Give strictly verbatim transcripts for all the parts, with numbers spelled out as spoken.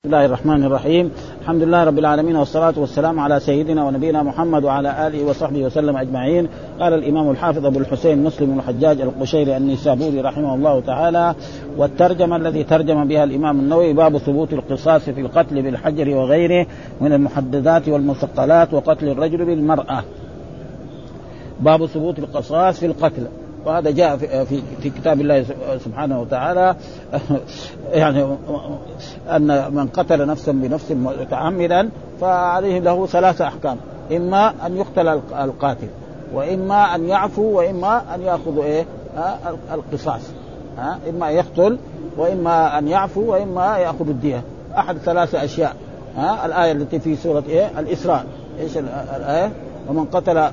بسم الله الرحمن الرحيم. الحمد لله رب العالمين، والصلاة والسلام على سيدنا ونبينا محمد وعلى آله وصحبه وسلم أجمعين. قال الإمام الحافظ أبو الحسين مسلم بن الحجاج القشيري النيسابوري رحمه الله تعالى: والترجمة الذي ترجم بها الإمام النووي: باب ثبوت القصاص في القتل بالحجر وغيره من المحددات والمثقلات وقتل الرجل بالمرأة. باب ثبوت القصاص في القتل، وهذا جاء في, في, في كتاب الله سبحانه وتعالى يعني أن من قتل نفسا بنفس متعمدا فعليه له ثلاثة أحكام: إما أن يقتل القاتل، وإما أن يعفو، وإما أن يأخذ إيه القصاص. إما يقتل، وإما أن يعفو، وإما يأخذ الدية. أحد ثلاثة أشياء. الآية التي في سورة إيه الإسراء، إيش الآية؟ ومن قتل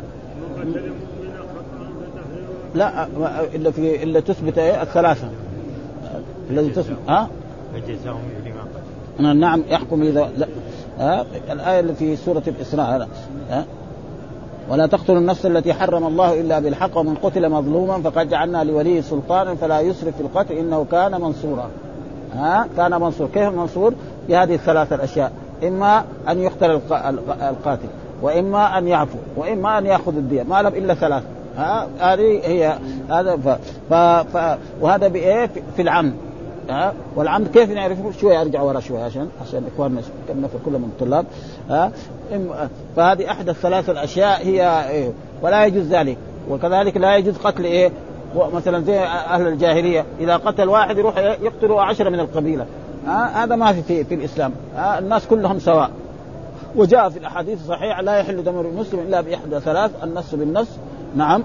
لا إلا في إلا تثبت إيه الثلاثة الذي تثبت ها فجزاهم بما قتل. نعم يحكم إذا لا ها الآية اللي في سورة الإسراء هذا ها ولا تقتلوا النفس التي حرم الله إلا بالحق ومن قتل مظلوما فقد جعلنا لوليه سلطانا فلا يسرف في القتل إنه كان منصورا. ها كان منصور. كيف منصور؟ بهذه الثلاثة الأشياء: إما أن يقتل القاتل، وإما أن يعفو، وإما أن يأخذ الدية. ما لم إلا ثلاثة. هذه هي هذا ف... ف... ف... وهذا بإيه في العمد. ها والعمد كيف نعرفه؟ شوية أرجع ورا شوية عشان عشان إخواننا كنا في كل من الطلاب. ها فهذه أحد الثلاث الأشياء هي إيه؟ ولا يجوز ذلك. وكذلك لا يجوز قتل إيه مثلا زي أهل الجاهلية، إذا قتل واحد يروح يقتلوا عشرة من القبيلة. ها هذا ما في في, في الإسلام. ها الناس كلهم سواء. وجاء في الأحاديث الصحيحة: لا يحل دم المسلم إلا بإحدى ثلاث: النفس بالنفس، نعم،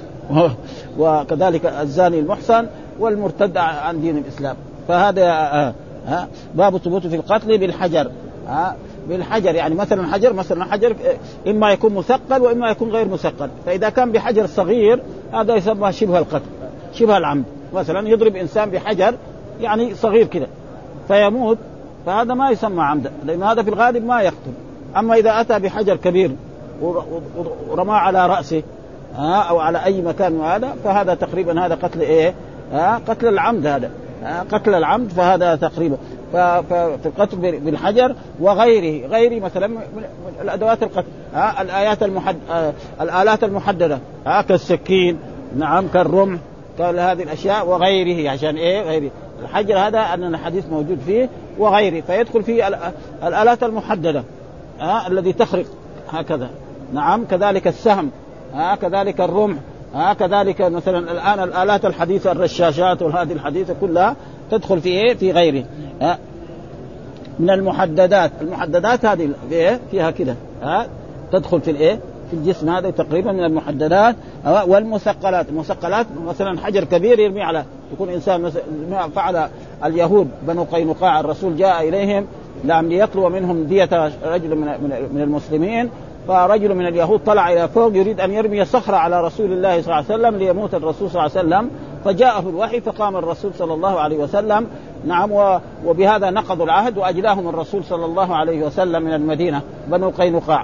وكذلك الزاني المحصن، والمرتد عن دين الإسلام. فهذا ها باب ثبوت في القتل بالحجر. ها بالحجر يعني مثلا حجر مثلا حجر إما يكون مثقل وإما يكون غير مثقل. فإذا كان بحجر صغير هذا يسمى شبه القتل، شبه العمد. مثلا يضرب إنسان بحجر يعني صغير كده فيموت، فهذا ما يسمى عمدا، لأن هذا في الغالب ما يقتل. أما إذا أتى بحجر كبير ورمى على رأسه ها أو على أي مكان من هذا، فهذا تقريبا هذا قتل إيه ها قتل العمد. هذا ها قتل العمد، فهذا تقريبا ففي القتل بالحجر وغيره غيره مثلا من الأدوات القتل. ها الآيات المحد الآلات المحددة ها كالسكين، نعم، كالرمح، كهذه الأشياء وغيره. عشان إيه غيره؟ الحجر هذا أن الحديث موجود فيه وغيره، فيدخل فيه الآلات المحددة ها الذي تخرق هكذا، نعم، كذلك السهم، ها كذلك الرمح، ها كذلك مثلا الآن الآلات الحديثة الرشاشات وهذه الحديثة كلها تدخل في إيه في غيره. ها من المحددات المحددات هذه فيها كده ها تدخل في الإيه في الجسم، هذا تقريبا من المحددات. والمثقلات المثقلات مثلا حجر كبير يرمي على يكون إنسان مثلا فعل اليهود بنو قينقاع، الرسول جاء إليهم لم يطلب منهم دية رجل من من المسلمين، فرجل من اليهود طلع إلى فوق يريد أن يرمي صخرة على رسول الله صلى الله عليه وسلم ليموت الرسول صلى الله عليه وسلم، فجاءه الوحي فقام الرسول صلى الله عليه وسلم، نعم، وبهذا نقضوا العهد وأجلاهم الرسول صلى الله عليه وسلم من المدينة بنو قينقاع.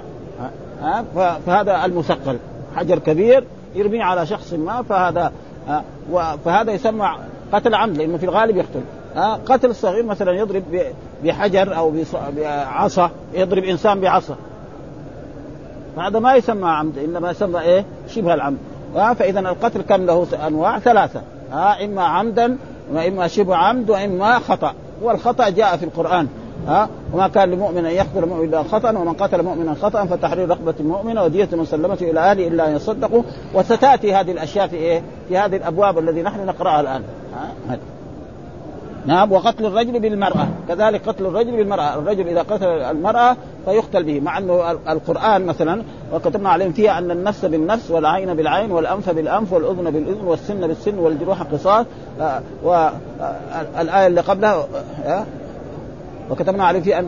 فهذا المثقل حجر كبير يرمي على شخص ما، فهذا فهذا يسمى قتل عمد، لأنه في الغالب يقتل. قتل الصغير مثلا يضرب بحجر أو بعصا، يضرب إنسان بعصا، فهذا ما يسمى عمد، إنما يسمى إيه شبه العمد. فإذا القتل كم له أنواع ثلاثة: ها إما عمدا، وإما شبه عمد، وإما خطأ. والخطأ جاء في القرآن: ها وما كان لمؤمن أن يقتل مؤمنا إلا خطأ، ومن قتل مؤمنا خطأ فتحرير رقبة مؤمنة ودية مسلمة إلى أهله إلا أن يصدقوا. وستأتي هذه الأشياء في إيه في هذه الأبواب الذي نحن نقرأها الآن. ها نعم. وقتل الرجل بالمرأة كذلك، قتل الرجل بالمرأة، الرجل إذا قتل المرأة فيقتل به، مع أنه القرآن مثلا وكتبنا عليهم فيها أن النفس بالنفس والعين بالعين والأنف بالأنف والأذن بالأذن والسن بالسن والجروح قصاص. والآية اللي قبلها وكتبنا عليهم فيها أن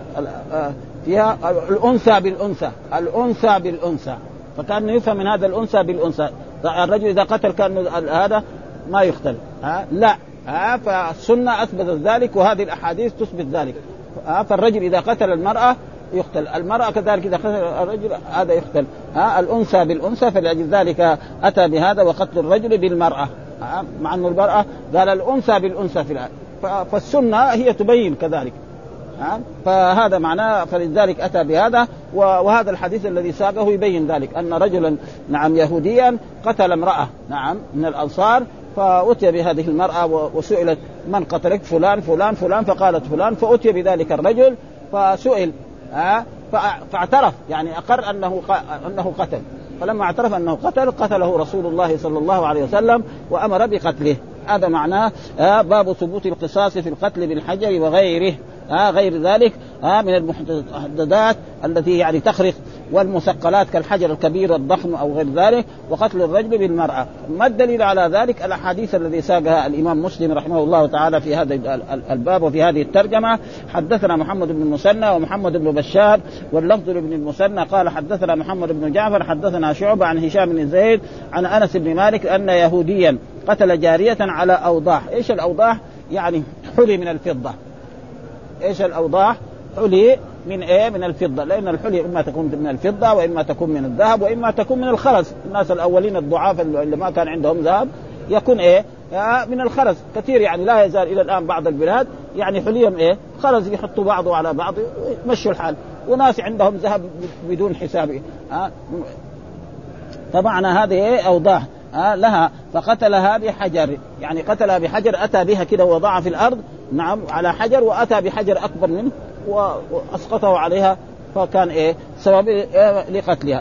فيها الأنثى بالأنثى الأنثى بالأنثى، فكان يفهم من هذا الأنثى بالأنثى. الرجل إذا قتل كان هذا ما يقتل. ها لا ها فالسنة أثبتت ذلك، وهذه الأحاديث تثبت ذلك. ها فالرجل إذا قتل المرأة يقتل، المرأة كذلك إذا قتل الرجل هذا يقتل. ها الأنثى بالأنثى، فلأجل ذلك أتى بهذا وقتل الرجل بالمرأة، مع أن المرأة قال الأنثى بالأنثى في الآية، فالسنة هي تبين كذلك. ها فهذا معناه، فلذلك أتى بهذا. وهذا الحديث الذي ساقه يبين ذلك، أن رجلا نعم يهوديا قتل امرأة نعم من الأنصار، فأتي بهذه المرأة وسئلت من قتلك؟ فلان فلان فلان، فقالت فلان، فأتي بذلك الرجل فسئل ها فاعترف، يعني أقر أنه أنه قتل. فلما اعترف أنه قتل قتله رسول الله صلى الله عليه وسلم وأمر بقتله. هذا معناه باب ثبوت القصاص في القتل بالحجر وغيره. آه غير ذلك آه من المحددات التي يعني تخرق، والمثقلات كالحجر الكبير والضخم أو غير ذلك، وقتل الرجل بالمرأة. ما الدليل على ذلك؟ الأحاديث الذي ساقها الإمام مسلم رحمه الله تعالى في هذا الباب وفي هذه الترجمة. حدثنا محمد بن المثنى ومحمد بن بشار واللفظ لابن المثنى قال حدثنا محمد بن جعفر حدثنا شعبة عن هشام بن زيد عن أنس بن مالك أن يهوديا قتل جارية على أوضاح. إيش الأوضاح؟ يعني حلي من الفضة. ايش الاوضاح؟ حلي من ايه؟ من الفضه، لان الحلي اما تكون من الفضه واما تكون من الذهب واما تكون من الخرز. الناس الاولين الضعاف اللي ما كان عندهم ذهب يكون ايه؟ من الخرز كثير، يعني لا يزال الى الان بعض البلاد يعني حليهم ايه؟ خرز، يحطوا بعضه على بعض ويمشوا الحال، وناس عندهم ذهب بدون حساب. ها فمعنى هذه ايه؟ اوضاح آه لها. فقتلها بحجر، يعني قتلها بحجر، أتى بها كده ووضعها في الأرض نعم على حجر، وأتى بحجر أكبر منه وأسقطه عليها، فكان إيه سبب إيه لقتلها.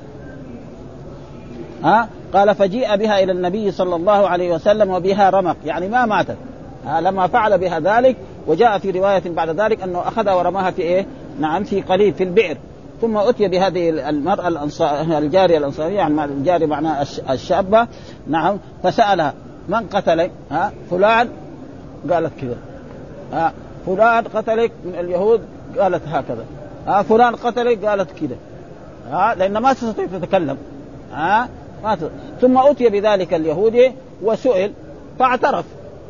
آه قال فجيء بها إلى النبي صلى الله عليه وسلم وبها رمق، يعني ما ماتت. آه لما فعل بها ذلك، وجاء في رواية بعد ذلك أنه أخذها ورماها في إيه نعم في قليب في البئر. ثم أتي بهذه المرأة الأنصار الجارية الأنصارية، يعني الجارية معناها الشابة نعم، فسألها من قتلك؟ ها فلان، قالت كذا. ها فلان قتلك من اليهود؟ قالت هكذا. ها فلان قتلك؟ قالت كذا. ها لأن ما تستطيع تتكلم. ها ما ت... ثم أتي بذلك اليهودي وسئل فاعترف.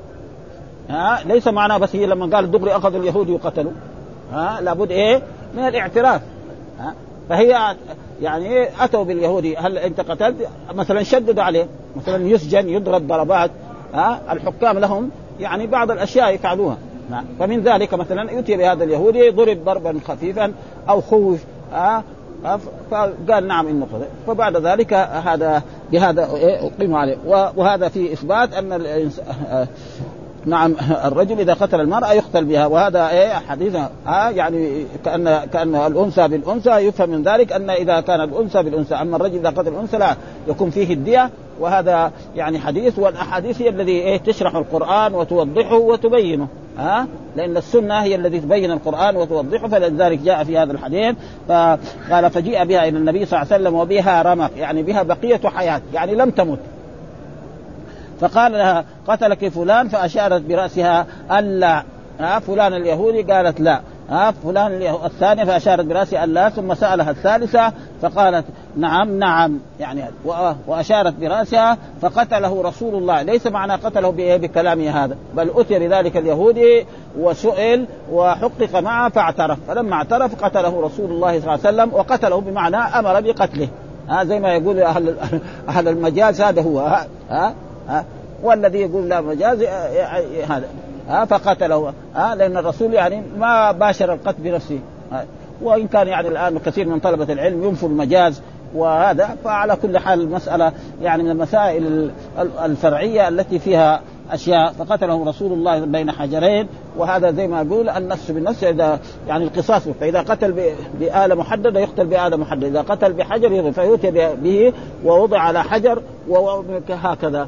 ها ليس معناه بس هي لما قال دغري أخذ اليهودي وقتلوا. ها لابد إيه من الاعتراف. فهي يعني أتوا باليهودي، هل أنت قتلت؟ مثلا شددوا عليه، مثلا يسجن يضرب ضربات. ها الحكام لهم يعني بعض الأشياء يفعلوها. فمن ذلك مثلا يؤتي بهذا اليهودي ضرب ضربا خفيفا أو خوف، ها فقال نعم إنه قتل. فبعد ذلك هذا بهذا أقيم عليه. وهذا في إثبات أن الإنسان نعم الرجل إذا قتل المرأة يقتل بها. وهذا إيه حديث آه يعني كأن كأن الأنثى بالأنثى، يفهم من ذلك أن إذا كان الأنثى بالأنثى، أما الرجل إذا قتل الأنثى لا يكون فيه الدية. وهذا يعني حديث، والأحاديث هي الذي إيه تشرح القرآن وتوضحه وتبينه. ها لأن السنة هي التي تبين القرآن وتوضحه، فلذلك جاء في هذا الحديث. فقال فجيء بها إلى النبي صلى الله عليه وسلم وبها رمق، يعني بها بقية حياة، يعني لم تمت. فقال لها قتلك فلان؟ فأشارت برأسها ألا. ها فلان اليهودي؟ قالت لا. ها فلان الثاني؟ فأشارت برأسها ألا. ثم سألها الثالثة فقالت نعم نعم، يعني وأشارت برأسها. فقتله رسول الله. ليس معنى قتله بكلامه هذا، بل أتي بذلك اليهودي وسئل وحقق معه فاعترف. فلما اعترف قتله رسول الله صلى الله عليه وسلم، وقتله بمعنى أمر بقتله. ها زي ما يقول أهل أهل المجاز هذا هو. ها ها ها والذي يقول لا مجاز هذا. ها فقتله. ها لأن الرسول يعني ما باشر القتل بنفسه. وإن كان يعني الآن كثير من طلبة العلم ينفوا المجاز وهذا، فعلى كل حال المسألة يعني من المسائل الفرعية التي فيها أشياء. فقتله رسول الله بين حجرين، وهذا زي ما يقول النفس بالنفس، إذا يعني القصاص. فإذا قتل بآلة محددة يقتل بآلة محددة، إذا قتل بحجر يضرب، فيؤتي به ووضع على حجر وهكذا.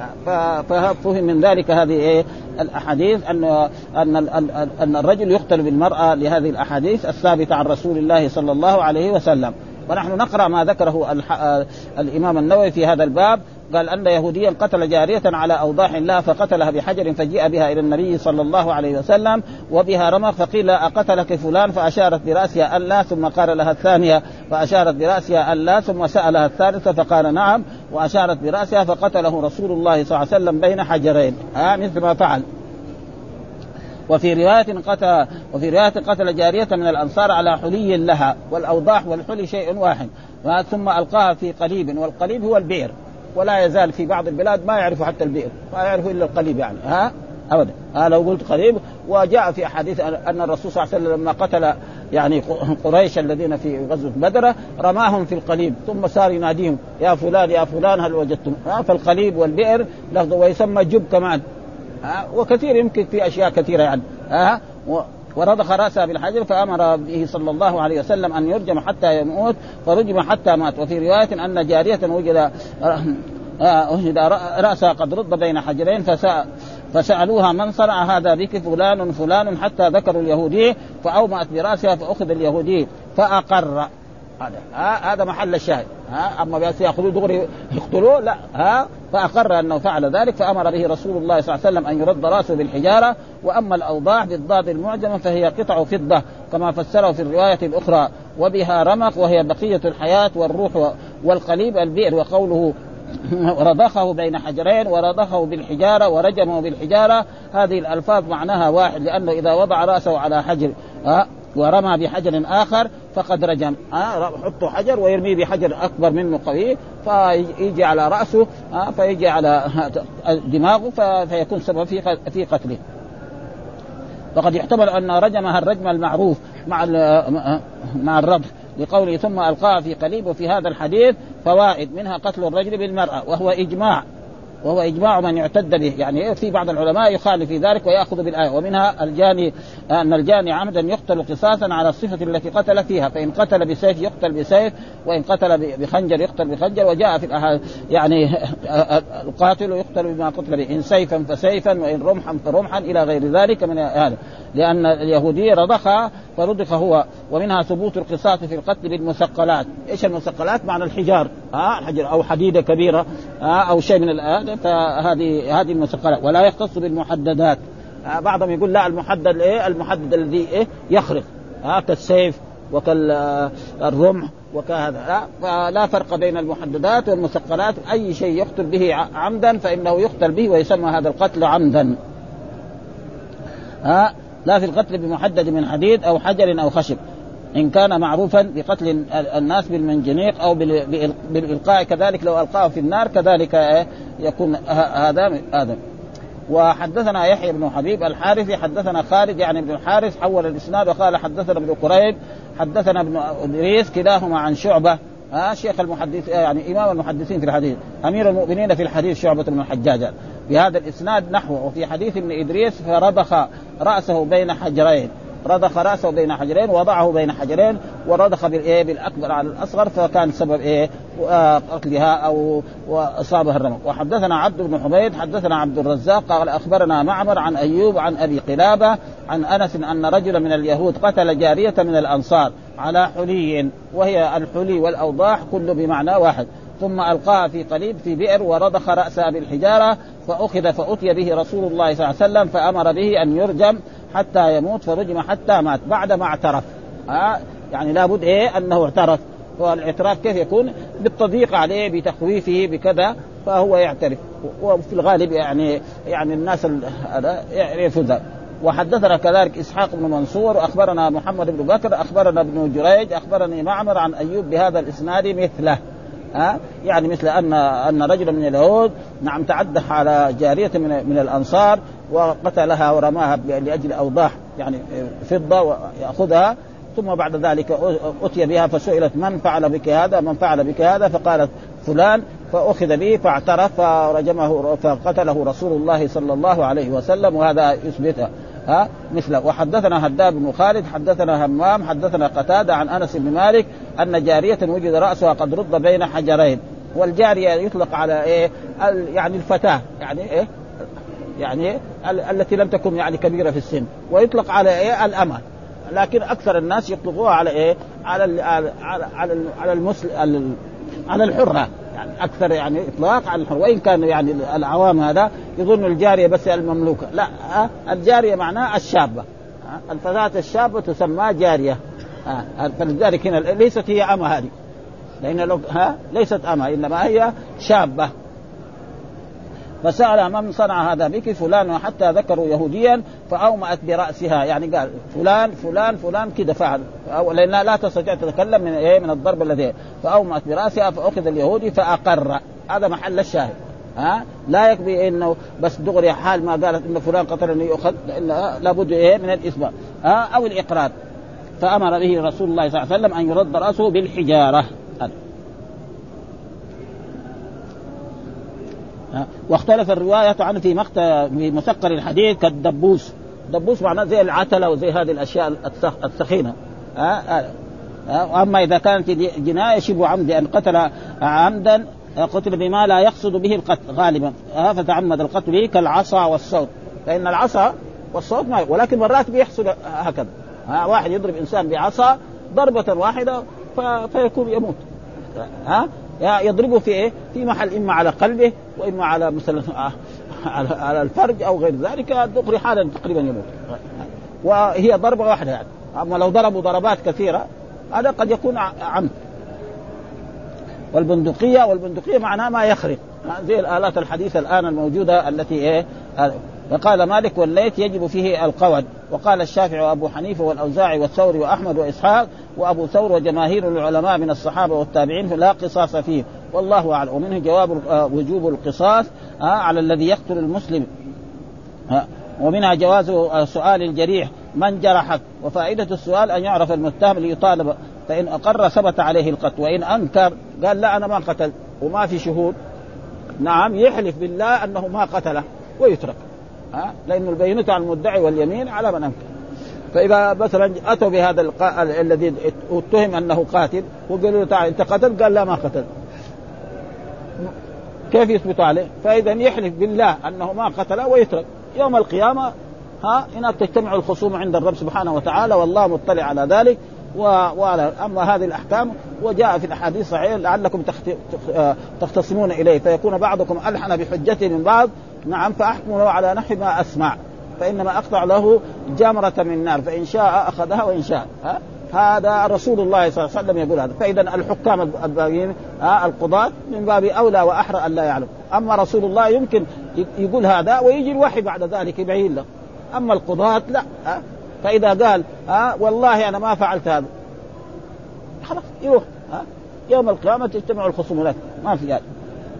ففهم من ذلك هذه إيه الأحاديث أن أن أن الرجل يقتل بالمرأة، لهذه الأحاديث الثابتة عن رسول الله صلى الله عليه وسلم. ونحن نقرأ ما ذكره الإمام النووي في هذا الباب. قال أن يهوديا قتل جارية على أوضاح لها فقتلها بحجر، فجيء بها إلى النبي صلى الله عليه وسلم وبها رمق، فقيل أقتلك فلان؟ فأشارت برأسها ألا. ثم قال لها الثانية فأشارت برأسها ألا. ثم سألها الثالثة فقال نعم، وأشارت برأسها. فقتله رسول الله صلى الله عليه وسلم بين حجرين، آه مثل ما فعل. وفي رواية قتل وفي رواية قتل جارية من الأنصار على حلي لها، والأوضاح والحلي شيء واحد. ثم ألقاها في قليب، والقليب هو البئر، ولا يزال في بعض البلاد ما يعرفوا حتى البئر، ما يعرفوا إلا القليب يعني. ها ابدا. آه لو قلت قريب. وجاء في احاديث ان الرسول صلى الله عليه وسلم لما قتل يعني قريش الذين في غزوه بدر رماهم في القليب ثم صار يناديهم يا فلان يا فلان هل وجدتم. آه فالقليب والبئر لفظ ويسمى جب كمان. آه وكثير يمكن في اشياء كثيره يعني. آه ورضخ رأسه بالحجر فأمر به صلى الله عليه وسلم أن يرجم حتى يموت فرجم حتى مات. وفي رواية أن جارية وجد وجد رأسها قد رد بين حجرين فسأل فسألوها من صنع هذا بك؟ فلان فلان، حتى ذكروا اليهودي فأومأت برأسها فأخذ اليهودي فأقر. هذا هذا محل الشاهد. ها أما بس يأخذوا دغري يقتلوه لا. ها فأقر أنه فعل ذلك فأمر به رسول الله صلى الله عليه وسلم أن يرد رأسه بالحجارة. وأما الأوضاع بالضاد المعجمة فهي قطع فضة كما فسره في الرواية الأخرى وبها رمق وهي بقية الحياة والروح والقليب البئر. وقوله رضخه بين حجرين ورضخه بالحجارة ورجمه بالحجارة هذه الألفاظ معناها واحد لأنه إذا وضع رأسه على حجر ها ورمى بحجر آخر فقد رجم. ها حطوا حجر ويرمي بحجر أكبر منه قوي فيجي على رأسه فيجي على دماغه فيكون سبب في في قتله. فقد يحتمل أن رجمها الرجم المعروف مع مع الرضخ لقوله ثم ألقاها في قليب. وفي هذا الحديث فوائد منها قتل الرجل بالمرأة وهو إجماع وهو إجماع من يعتد به. يعني في بعض العلماء يخالف في ذلك ويأخذ بالآية. ومنها الجاني أن الجاني عمدا يقتل قصاصا على الصفة التي قتل فيها فإن قتل بسيف يقتل بسيف وإن قتل بخنجر يقتل بخنجر. وجاء في الأحاديث يعني القاتل يقتل بما قتل به إن سيفا فسيفا وإن رمحا فرمحا إلى غير ذلك من هذا لأن اليهودي رضخ فرضخ هو. ومنها ثبوت القصاص في القتل بالمثقلات. إيش المثقلات؟ معنى الحجار ها حجر أو حديدة كبيرة ها أو شيء من الآن فهذه هذه المثقلات. ولا يختص بالمحددات. بعضهم يقول لا المحدد إيه المحدد الذي إيه يخرق ها كالسيف وكالرمح وكهذا. فلا فرق بين المحددات والمثقلات. أي شيء يقتل به عمدا فإنه يقتل به ويسمى هذا القتل عمدا. ها لا في القتل بمحدد من حديد أو حجر أو خشب إن كان معروفا بقتل الناس بالمنجنيق أو بالإلقاء كذلك لو ألقاه في النار كذلك يكون هذا هذا. وحدثنا يحيى بن حبيب الحارثي حدثنا خالد يعني ابن الحارث حول الإسناد وقال حدثنا ابن قريب حدثنا ابن إدريس كلاهما عن شعبة ها شيخ المحدث يعني إمام المحدثين في الحديث أمير المؤمنين في الحديث شعبة بن الحجاج بهذا الإسناد نحوه. وفي حديث ابن إدريس فرضخ رأسه بين حجرين رضخ رأسه بين حجرين وضعه بين حجرين ورضخ بالإيه بالأكبر على الأصغر فكان سبب إيه قتلها أو وأصابها الرمق. وحدثنا عبد بن حميد حدثنا عبد الرزاق قال أخبرنا معمر عن أيوب عن أبي قلابة عن أنس أن رجلا من اليهود قتل جارية من الأنصار على حلي وهي الحلي والأوضاح كله بمعنى واحد ثم ألقاها في قليب في بئر ورضخ رأسها بالحجارة فأخذ فأتي به رسول الله صلى الله عليه وسلم فأمر به أن يرجم حتى يموت فرجم حتى مات بعد ما اعترف. آه يعني لابد إيه أنه اعترف. والاعتراف كيف يكون؟ بالتضييق عليه بتخويفه بكذا فهو يعترف. وفي الغالب يعني يعني الناس هذا يعرفوا ذلك. وحدثنا كذلك إسحاق بن منصور أخبرنا محمد بن بكر أخبرنا ابن جريج أخبرني معمر عن أيوب بهذا الإسناد مثله. ها يعني مثل أن أن رجلا من اليهود نعم تعدح على جارية من من الأنصار وقتلها ورماها لأجل أوضاح يعني فضة ويأخذها ثم بعد ذلك أتي بها فسئلت من فعل بك هذا من فعل بك هذا فقالت فلان فأخذ به فاعترف فرجمه فقتله رسول الله صلى الله عليه وسلم وهذا يثبتها. ها مثله. وحدثنا هداب بن خالد حدثنا همام حدثنا قتادة عن أنس بن مالك أن جارية وجد رأسها قد رد بين حجرين. والجارية يطلق على إيه يعني الفتاة يعني إيه يعني التي لم تكن يعني كبيرة في السن ويطلق على إيه الأمة لكن أكثر الناس يطلقوها على إيه على ال على على على المسلم على الحرة يعني أكثر يعني إطلاق على الحرة. وإن كان يعني العوام هذا يظن الجارية بس المملوكة لا الجارية معناها الشابة. الفتاة الشابة تسمى جارية. فلذلك هنا ليست هي أمة هذه لأن لو ها ليست أمة إنما هي شابة. فسأل من صنع هذا بك فلان حتى ذكروا يهوديا فأومأت برأسها يعني قال فلان فلان فلان كده فعل لأنها لا تستطيع تتكلم من إيه من الضرب الذي فأومأت برأسها فأخذ اليهودي فأقر. هذا محل الشاهد ها لا يكفي انه بس دغري حال ما قالت ان فلان قتلني يؤخذ، لان لابد ايه من الاثبات ها او الاقرار. فامر به رسول الله صلى الله عليه وسلم ان يرد راسه بالحجاره. واختلف الروايه عنه في مقت في مسقر الحديد كالدبوس. دبوس معناه زي العتله وزي هذه الاشياء الثخينه. اما اذا كانت جنايه شبه عمد ان قتل عمدا قتل بما لا يقصد به القتل غالبا فتعمد القتل به كالعصا والصوت، فإن العصا والصوت ما، ولكن مرات بيحصل هكذا ها واحد يضرب إنسان بعصا ضربة واحدة فيكون يموت، ها يضربه في إيه في محل إما على قلبه وإما على مثلا على الفرج أو غير ذلك دغري حالا تقريبا يموت، وهي ضربة واحدة يعني. أما لو ضربوا ضربات كثيرة هذا قد يكون عمد. والبندقية والبندقية معناها ما يخرق زي الآلات الحديثة الآن الموجودة التي إيه. وقال مالك والليث يجب فيه القود، وقال الشافعي وأبو حنيفة والأوزاعي والثوري وأحمد وإسحاق وأبو ثور وجماهير العلماء من الصحابة والتابعين لا قصاص فيه والله أعلم. ومنه جواب وجوب القصاص على الذي يقتل المسلم، ومنها جواز سؤال الجريح من جرحك، وفائدة السؤال أن يعرف المتهم ليطالب، فإن أقر ثبت عليه القتل، وإن أنكر قال لا أنا ما قتل وما في شهود نعم يحلف بالله أنه ما قتله ويترك، ها لأن البينة على المدعي واليمين على من أنكر. فإذا مثلا أتوا بهذا الق... الذي اتهم أنه قاتل وقالوا له تعال أنت قتل قال لا ما قتل، كيف يثبت عليه؟ فإذا يحلف بالله أنه ما قتله ويترك. يوم القيامة ها هناك تجتمع الخصوم عند الرب سبحانه وتعالى والله مطلع على ذلك. وعلى أما هذه الأحكام وجاء في الأحاديث صحيح لعلكم تختصمون إليه فيكون بعضكم ألحن بحجته من بعض نعم فأحكموا على نحو ما أسمع فإنما أقطع له جمرة من نار فإن شاء أخذها وإن شاء. ها؟ هذا رسول الله صلى الله عليه وسلم يقول هذا. فإذا الحكام الباقين القضاة من باب أولى وأحرى أن لا يعلم. أما رسول الله يمكن يقول هذا ويجي الوحي بعد ذلك يبين له، أما القضاة لا. ها؟ فإذا قال ها والله أنا ما فعلت هذا خلاص يروح، ها يوم القيامة تجتمع الخصوم لك ما في هذا.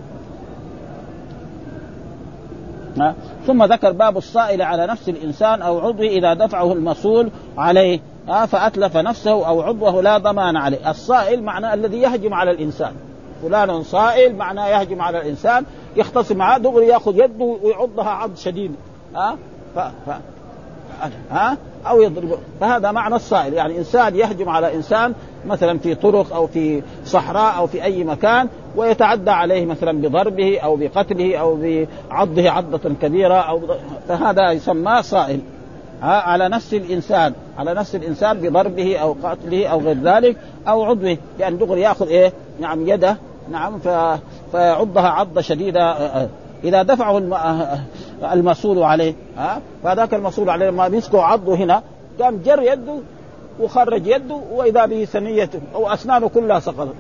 ها ثم ذكر باب الصائل على نفس الإنسان أو عضوه إذا دفعه المصول عليه ها فأتلف نفسه أو عضوه لا ضمان عليه. الصائل معناه الذي يهجم على الإنسان، فلان صائل معناه يهجم على الإنسان يختصم معه دغري يأخذ يده ويعضها عض شديد ها ف... ف... ها أو يضرب. فهذا معنى الصائل، يعني إنسان يهجم على إنسان مثلا في طرق أو في صحراء أو في أي مكان ويتعدى عليه مثلا بضربه أو بقتله أو بعضه عضة كبيرة أو فهذا يسمى صائل على نفس الإنسان على نفس الإنسان بضربه أو قتله أو غير ذلك أو عضوه، يعني دغري يأخذ إيه نعم يده نعم فيعضها عضة شديدة إذا دفعه المسؤول عليه. ها فذاك المسؤول عليه لما مسكوا عضه هنا قام جر يده وخرج يده وإذا به ثنيته أو أسنانه كلها سقطت.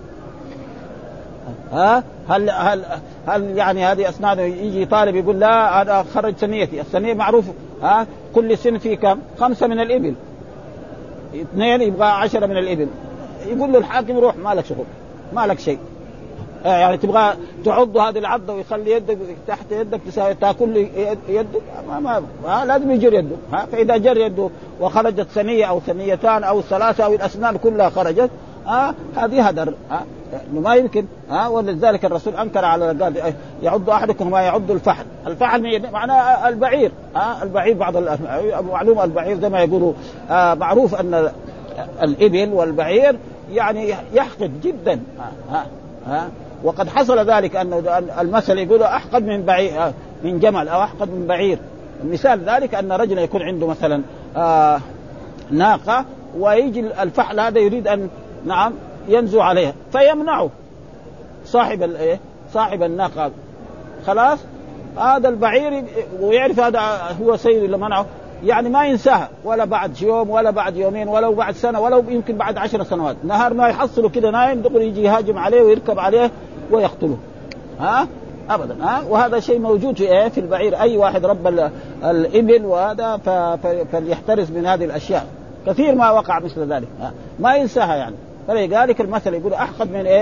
ها هل هل هل يعني هذه أسنانه يجي طالب يقول لا هذا خرج ثنيتي؟ الثنية معروف ها كل سن فيه كم؟ خمسة من الإبل، اثنين يبغى عشرة من الإبل، يقول له الحاكم روح ما لك شغل ما لك شيء، يعني تبغى تعض هذه العضة ويخلي يدك تحت يدك تساوي تاكل يدك ما ما, ما لازم يجر يده. ها فإذا جر يده وخرجت ثنية أو ثنيتان أو ثلاثة أو الأسنان كلها خرجت ها هذه هدر ها ما يمكن. ها ولذلك الرسول أنكر على قال يعض أحدكم ما يعض الفحل. الفحل معناه البعير. ها البعير بعض معلومة البعير زي ما يقولوا آه معروف أن الإبل والبعير يعني يحقد جدا. ها ها ها وقد حصل ذلك أنه المثل يقول أحقد من بعير من جمل أو أحقد من بعير. مثال ذلك أن رجل يكون عنده مثلا آه ناقة ويجي الفحل هذا يريد أن نعم ينزو عليها فيمنعه صاحب الايه صاحب الناقة، خلاص هذا البعير ويعرف هذا هو سيد اللي منعه يعني ما ينساها ولا بعد يوم ولا بعد يومين ولو بعد سنة ولو يمكن بعد عشر سنوات نهار ما يحصله كده نايم دغري يجي يهاجم عليه ويركب عليه ويقتله. ها أبدا. ها وهذا شيء موجود في إيه في البعير. أي واحد رب الإبل وهذا فليحترس من هذه الأشياء كثير ما وقع مثل ذلك. ها ما ينساها يعني. فلذلك المثل يقول أحقد من إيه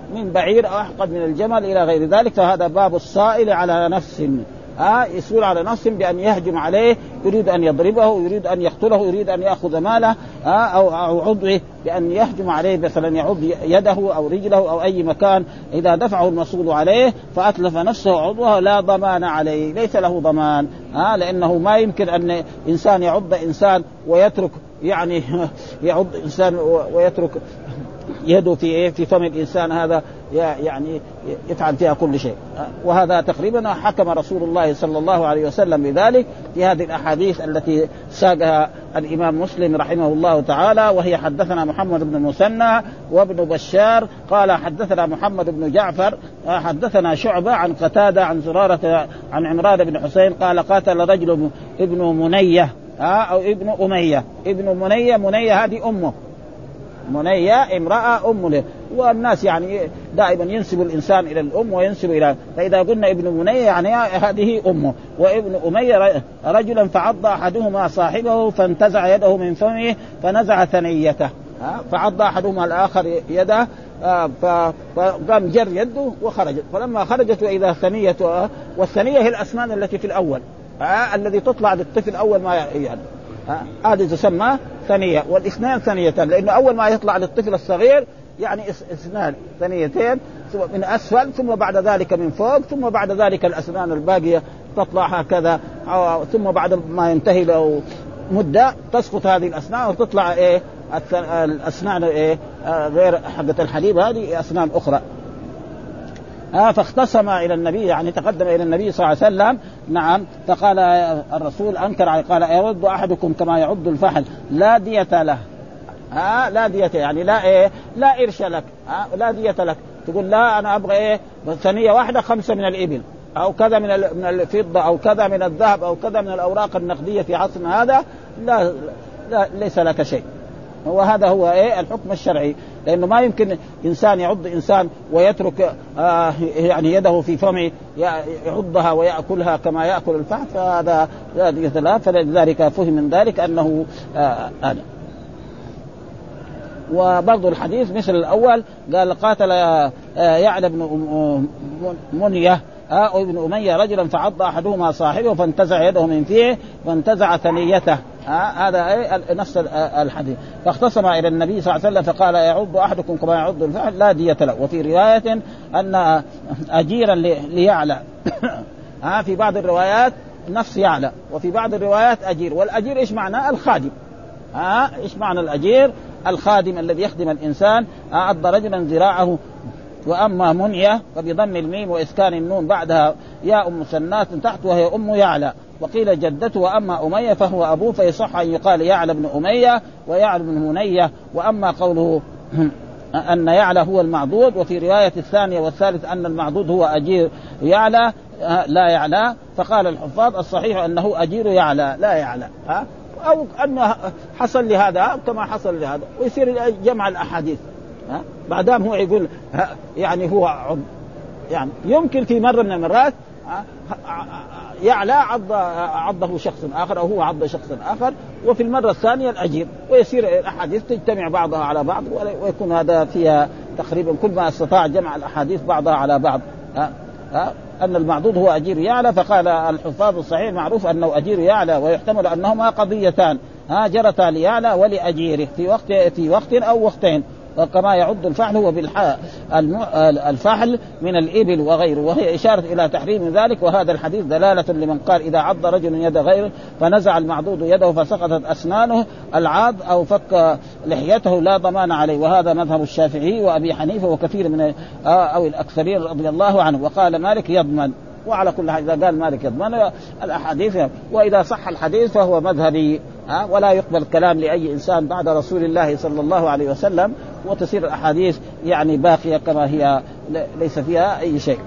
من بعير أو أحقد من الجمل إلى غير ذلك. فهذا باب الصائل على نفس ها يسول على نفس بأن يهجم عليه، يريد أن يضربه، يريد أن يقتله، يريد أن يأخذ ماله أو أو عضوه، بأن يهجم عليه مثلا يعض يده أو رجله أو أي مكان. إذا دفعه المسؤول عليه فأتلف نفسه عضوه لا ضمان عليه، ليس له ضمان ها لأنه ما يمكن أن إنسان يعض إنسان ويترك يعني يعض إنسان ويترك يده في في فم الإنسان، هذا يعني يفعل فيها كل شيء. وهذا تقريبا حكم رسول الله صلى الله عليه وسلم بذلك في هذه الأحاديث التي ساقها الإمام مسلم رحمه الله تعالى. وهي حدثنا محمد بن المثنى وابن بشار قال حدثنا محمد بن جعفر حدثنا شعبة عن قتادة عن زرارة عن عمران بن حسين قال قاتل رجل ابن منية أو ابن أمية. ابن منية، منية هذه أمه، منية امرأة أم له، والناس يعني دائما ينسب الإنسان إلى الأم وينسب إلى، فإذا قلنا ابن منية يعني هذه أمه. وابن أمية رجلا فعض أحدهما صاحبه فانتزع يده من فمه فنزع ثنيته، فعض أحدهما الآخر يده فقام جر يده وخرجت، فلما خرجت وإذا ثنيته، والثنية هي الأسنان التي في الأول الذي تطلع للطفل أول ما يعني هذه تسمى ثنية، والاثنان ثنيتان، لأنه أول ما يطلع للطفل الصغير يعني اثنان ثنيتين من أسفل، ثم بعد ذلك من فوق، ثم بعد ذلك الأسنان الباقية تطلع هكذا، ثم بعد ما ينتهي له مدة تسقط هذه الأسنان وتطلع إيه الأسنان إيه غير حقة الحليب، هذه أسنان أخرى. آه فاختصم إلى النبي يعني تقدم إلى النبي صلى الله عليه وسلم. نعم. فقال الرسول أنكر عليه قال يعض أحدكم كما يعض الفحل لا دية له. آه لا دية يعني لا إيه لا إرش لك، آه لا دية لك، تقول لا أنا أبغى إيه ثانية واحدة خمسة من الإبل أو كذا من من الفضة أو كذا من الذهب أو كذا من الأوراق النقدية في عصرنا هذا، لا, لا ليس لك شيء. وهذا هو إيه الحكم الشرعي، لأنه ما يمكن إنسان يعض إنسان ويترك آه يعني يده في فمه يعضها ويأكلها كما يأكل الفحل، فهذا لا. فلذلك فهم من ذلك أنه آه أنا. وبرضو الحديث مثل الأول قال قاتل آه يعلى بن منية أو ابن أمية رجلا فعض أحدهما صاحبه فانتزع يده من فيه وانتزع ثنيته. هذا آه نفس الحديث. فاختصم إلى النبي صلى الله عليه وسلم فقال يعض أحدكم كما يعض الفحل لا دية له. وفي رواية أن أجيرا ليعلى ها في بعض الروايات نفس يعلى، وفي بعض الروايات أجير. والأجير إيش معناه؟ الخادم. ها إيش معنى الأجير؟ الخادم الذي يخدم الإنسان. عض رجلا ذراعه. وأما منية فبضم الميم وإسكان النون بعدها ياء مثنات تحت وهي أم يعلى، وقيل جدته. وأما أمية فهو أبوه، فيصح أن يقال يعلى بن أمية ويعلى بن منية. وأما قوله أن يعلى هو المعضود، وفي رواية الثانية والثالث أن المعضود هو أجير يعلى لا يعلى. فقال الحفاظ الصحيح أنه أجير يعلى لا يعلى، ها أو أنه حصل لهذا كما حصل لهذا، ويصير جمع الأحاديث. ها بعدام هو يقول يعني هو عض، يعني يمكن في مرة من المرات يعلى عض عضه شخص آخر أو هو عض شخص آخر، وفي المرة الثانية الأجير، ويصير الأحاديث تجتمع بعضها على بعض، ويكون هذا فيها تقريبا كل ما استطاع جمع الأحاديث بعضها على بعض. ها ها أن المعضود هو أجير يعلى. فقال الحفاظ الصحيح معروف أنه أجير يعلى، ويحتمل أنهما قضيتان ها جرتا ليعلى ولأجيره في وقت في وقت أو وقتين. وكما يعد الفحل هو الفحل من الإبل وغيره، وهي إشارة إلى تحريم ذلك. وهذا الحديث دلالة لمن قال إذا عض رجل يد غيره فنزع المعضود يده فسقطت أسنانه العاض أو فك لحيته لا ضمان عليه. وهذا مذهب الشافعي وأبي حنيفة وكثير من أو الأكثرين رضي الله عنه. وقال مالك يضمن. وعلى كل حال إذا قال مالك يضمن الأحاديث، وإذا صح الحديث فهو مذهبي، ولا يقبل كلام لأي إنسان بعد رسول الله صلى الله عليه وسلم، وتصير الأحاديث يعني باقية كما هي ليس فيها أي شيء.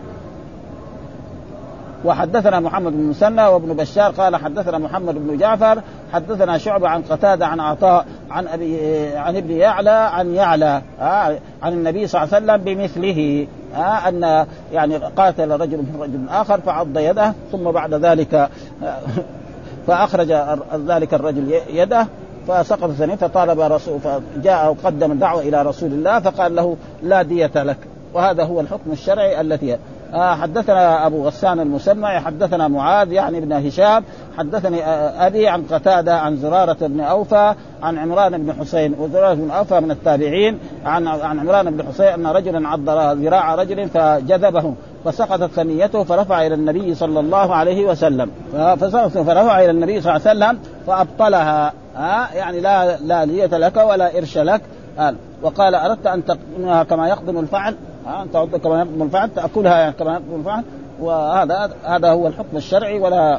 وحدثنا محمد بن المثنى وابن بشار قال حدثنا محمد بن جعفر حدثنا شعبة عن قتادة عن عطاء عن أبي عن ابن يعلى عن يعلى آه عن النبي صلى الله عليه وسلم بمثله، آه أن يعني قاتل رجل من رجل آخر فعض يده، ثم بعد ذلك آه فأخرج ذلك الرجل يده فسقط ثانية، فطالب رسول فجاء وقدم الدعوة إلى رسول الله فقال له لا دية لك، وهذا هو الحكم الشرعي التي آه حدثنا أبو غسان المسمع حدثنا معاذ يعني ابن هشام حدثني آه أبي عن قتادة عن زرارة بن أوفى عن عمران بن حسين، وزرارة بن أوفى من التابعين، عن عن عمران بن حسين أن رجلا عض ذراع رجل فجذبه فسقطت ثنيته فرفع إلى النبي صلى الله عليه وسلم فرفع إلى النبي صلى الله عليه وسلم فأبطلها، آه يعني لا لا لية لك ولا إرش لك. آه وقال أردت أن تقدمها كما يقدم الفعل، آه أن تعد كما يقدم الفعل تأكلها يعني كما يقدم الفعل، وهذا هذا هو الحكم الشرعي. ولا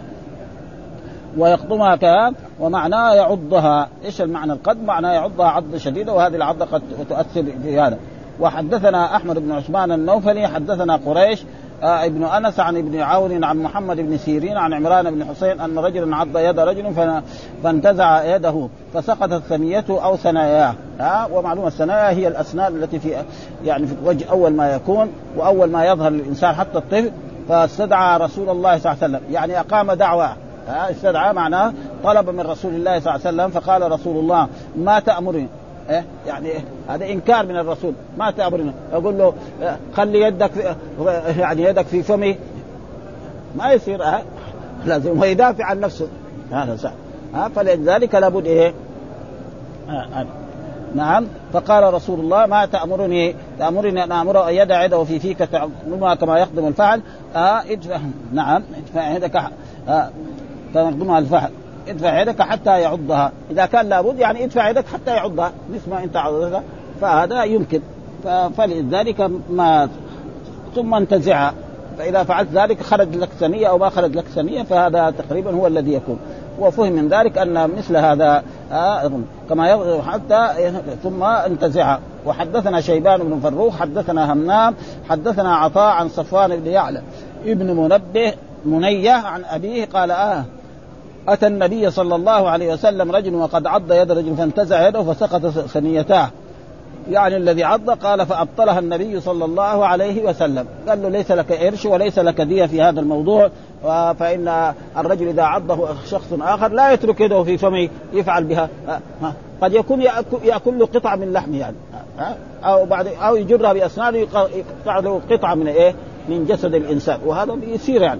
ويقدمها كان ومعناه يعضها. إيش المعنى القدم؟ معناه يعضها عض شديدة، وهذه العضة قد تؤثر في هذا. وحدثنا أحمد بن عثمان النوفلي حدثنا قريش آه ابن أنس عن ابن عون عن محمد بن سيرين عن عمران بن حسين أن رجلا عض يد رجل فانتزع يده فسقطت ثنيته أو ثناياه. آه ومعلومة الثنايا هي الأسنان التي في يعني في الوجه أول ما يكون وأول ما يظهر للإنسان حتى الطفل. فاستدعى رسول الله صلى الله عليه وسلم يعني أقام دعوة. آه استدعى معناه طلب من رسول الله صلى الله عليه وسلم، فقال رسول الله ما تأمرني؟ إيه يعني إيه؟ هذا إنكار من الرسول. ما تأمرنا؟ يقول له خلي يدك في يعني يدك في فمي، ما يصير. أه؟ لازم يدافع عن نفسه. هذا صح. ها فلذلك لابد إيه آه آه. نعم. فقال رسول الله ما تأمرني؟ تأمرني أن أمر أن يدع يده في فيك تعملها كما يقدم الفعل. آه ادفع. نعم ادفع يدك آه كما يقدمها الفعل. ادفع يدك حتى يعضها. إذا كان لابد يعني ادفع يدك حتى يعضها مثل ما أنت عضتها، فهذا يمكن. فلذلك ما ثم انتزعها، فإذا فعلت ذلك خرج لك ثنية أو ما خرج لك ثنية، فهذا تقريبا هو الذي يكون. وفهم من ذلك أن مثل هذا آه كما يغضب حتى ثم انتزعها. وحدثنا شيبان بن فروخ حدثنا همام حدثنا عطاء عن صفوان بن يعلى ابن منبه منيه عن أبيه قال آه أتى النبي صلى الله عليه وسلم رجل وقد عض يد رجل فانتزع يده فسقط ثنيتاه، يعني الذي عض. قال فأبطلها النبي صلى الله عليه وسلم، قال له ليس لك إرش وليس لك دية في هذا الموضوع، فإن الرجل إذا عضه شخص آخر لا يترك يده في فمه يفعل بها، قد يكون يأكل له قطعة من لحمه يعني، أو بعد أو يجرها بأسنانه يقطع له قطعة من إيه من جسد الإنسان، وهذا بيصير يعني.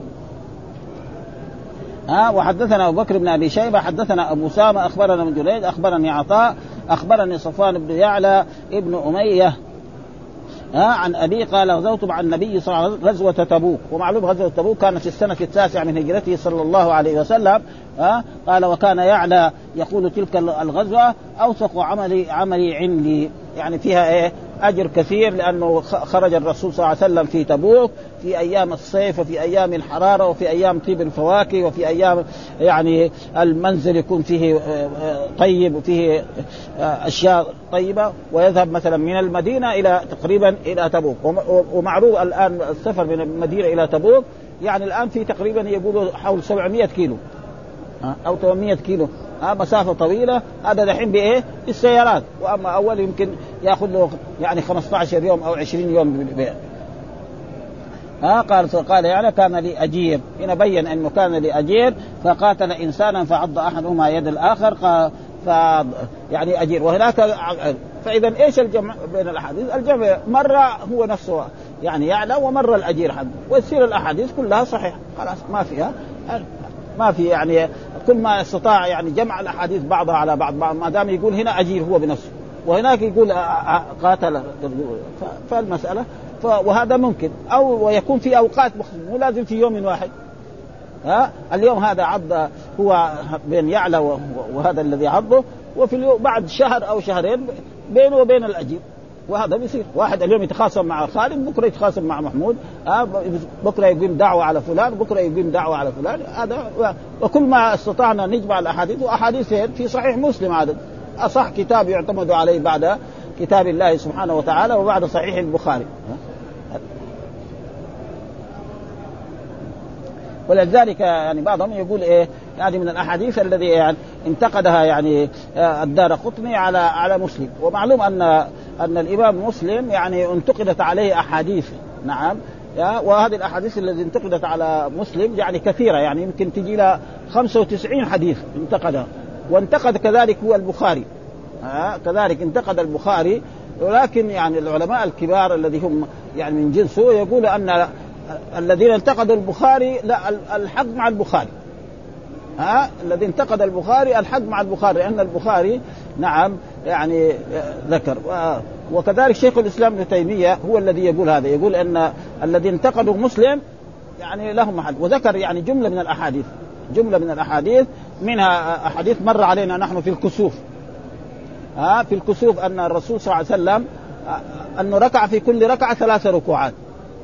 ها وحدثنا أبو بكر بن أبي شيبة حدثنا أبو سامة أخبرنا من جريج أخبرني عطاء أخبرني صفوان بن يعلى ابن أمية ها عن أبي قال غزوت مع النبي صلى الله عليه وسلم غزوة تبوك. ومعلوم غزوة تبوك كانت في السنة التاسعة من هجرته صلى الله عليه وسلم. ها قال وكان يعلى يقول تلك الغزوة أوثق عملي عملي عندي، يعني فيها إيه أجر كثير، لأنه خرج الرسول صلى الله عليه وسلم في تبوك في أيام الصيف وفي أيام الحرارة وفي أيام طيب الفواكه وفي أيام يعني المنزل يكون فيه طيب وفيه أشياء طيبة، ويذهب مثلا من المدينة إلى تقريبا إلى تبوك. ومعروف الآن السفر من المدينة إلى تبوك يعني الآن في تقريبا يقولوا حول سبعمائة كيلو أو ثمانمائة كيلو، ها مسافة طويلة. هذا دحين بإيه السيارات، وأما أول يمكن يأخذ له يعني خمسة عشر يوم أو عشرين يوم بإيه. ها قال فقال يعني كان لي أجير، هنا بين أنه كان لي أجير فقاتل إنسانا فعض أحدهما يد الآخر ف يعني أجير. وهناك فإذا إيش الجمع بين الأحاديث؟ الجمع مرة هو نفسه يعني يعلى ومرة الأجير حد، وتصير الأحاديث كلها صحيح خلاص ما فيها ما في يعني كل ما استطاع يعني جمع الأحاديث بعضها على بعض، ما دام يقول هنا أجير هو بنفسه وهناك يقول قاتل، فالمسألة وهذا ممكن. أو ويكون في أوقات مختلفة مو لازم في يوم واحد. ها اليوم هذا عض هو بين يعلى وهذا الذي عضه، وفي اليوم بعد شهر أو شهرين بينه وبين الأجير، وهذا بيصير. واحد اليوم يتخاصم مع خالد بكرة يتخاصم مع محمود، آه بكرة يقيم دعوة على فلان بكرة يقيم دعوة على فلان. هذا وكل ما استطعنا نجمع الأحاديث، وأحاديث في صحيح مسلم عدد أصح كتاب يعتمد عليه بعد كتاب الله سبحانه وتعالى وبعد صحيح البخاري. ولذلك يعني بعضهم يقول إيه يعني من الأحاديث الذي يعني انتقدها يعني الدارقطني على على مسلم. ومعلوم أن أن الإمام مسلم يعني انتقدت عليه أحاديث، نعم، وهذه الأحاديث التي انتقدت على مسلم يعني كثيرة، يعني يمكن تجي لها خمسة وتسعين حديث انتقدها. وانتقد كذلك هو البخاري، ها كذلك انتقد البخاري. ولكن يعني العلماء الكبار الذي هم يعني من جنسه، يقول أن الذين انتقدوا البخاري لا الحق مع البخاري، ها الذي انتقد البخاري الحق مع البخاري، لأن البخاري نعم يعني ذكر. وكذلك شيخ الإسلام ابن تيمية هو الذي يقول هذا، يقول أن الذي انتقدوا مسلم يعني لهم محل، وذكر يعني جملة من الأحاديث، جملة من الأحاديث منها أحاديث مر علينا نحن في الكسوف، ها في الكسوف أن الرسول صلى الله عليه وسلم أنه ركع في كل ركعة ثلاث ركوعات،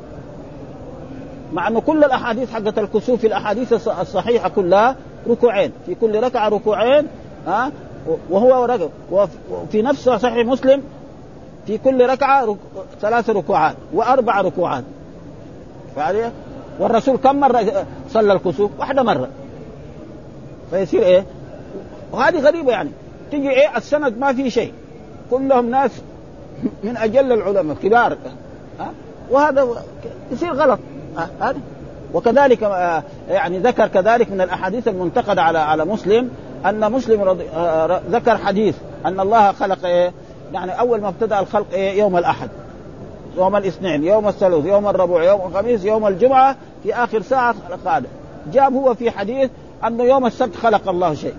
مع أنه كل الأحاديث حقة الكسوف في الأحاديث الصحيحة كلها ركوعين، في كل ركعة ركوعين، ها وهو ركع. وفي نفس صحيح مسلم في كل ركعة رك... ثلاث ركوعات وأربع ركوعات، فعليه. والرسول كم مرة صلى الكسوف؟ واحدة مرة. فيصير إيه؟ وهذه غريبة يعني، تيجي إيه السند ما في شيء، كلهم ناس من أجل العلماء كبار، ها وهذا يصير غلط هذا. وكذلك يعني ذكر كذلك من الأحاديث المنتقدة على على مسلم أن مسلم رضي ذكر حديث أن الله خلق إيه يعني أول ما ابتدأ الخلق إيه يوم الأحد، يوم الاثنين، يوم الثلاث، يوم الربوع، يوم الخميس، يوم الجمعة، في آخر ساعة خلق هذا. جاب هو في حديث أنه يوم السبت خلق الله شيء،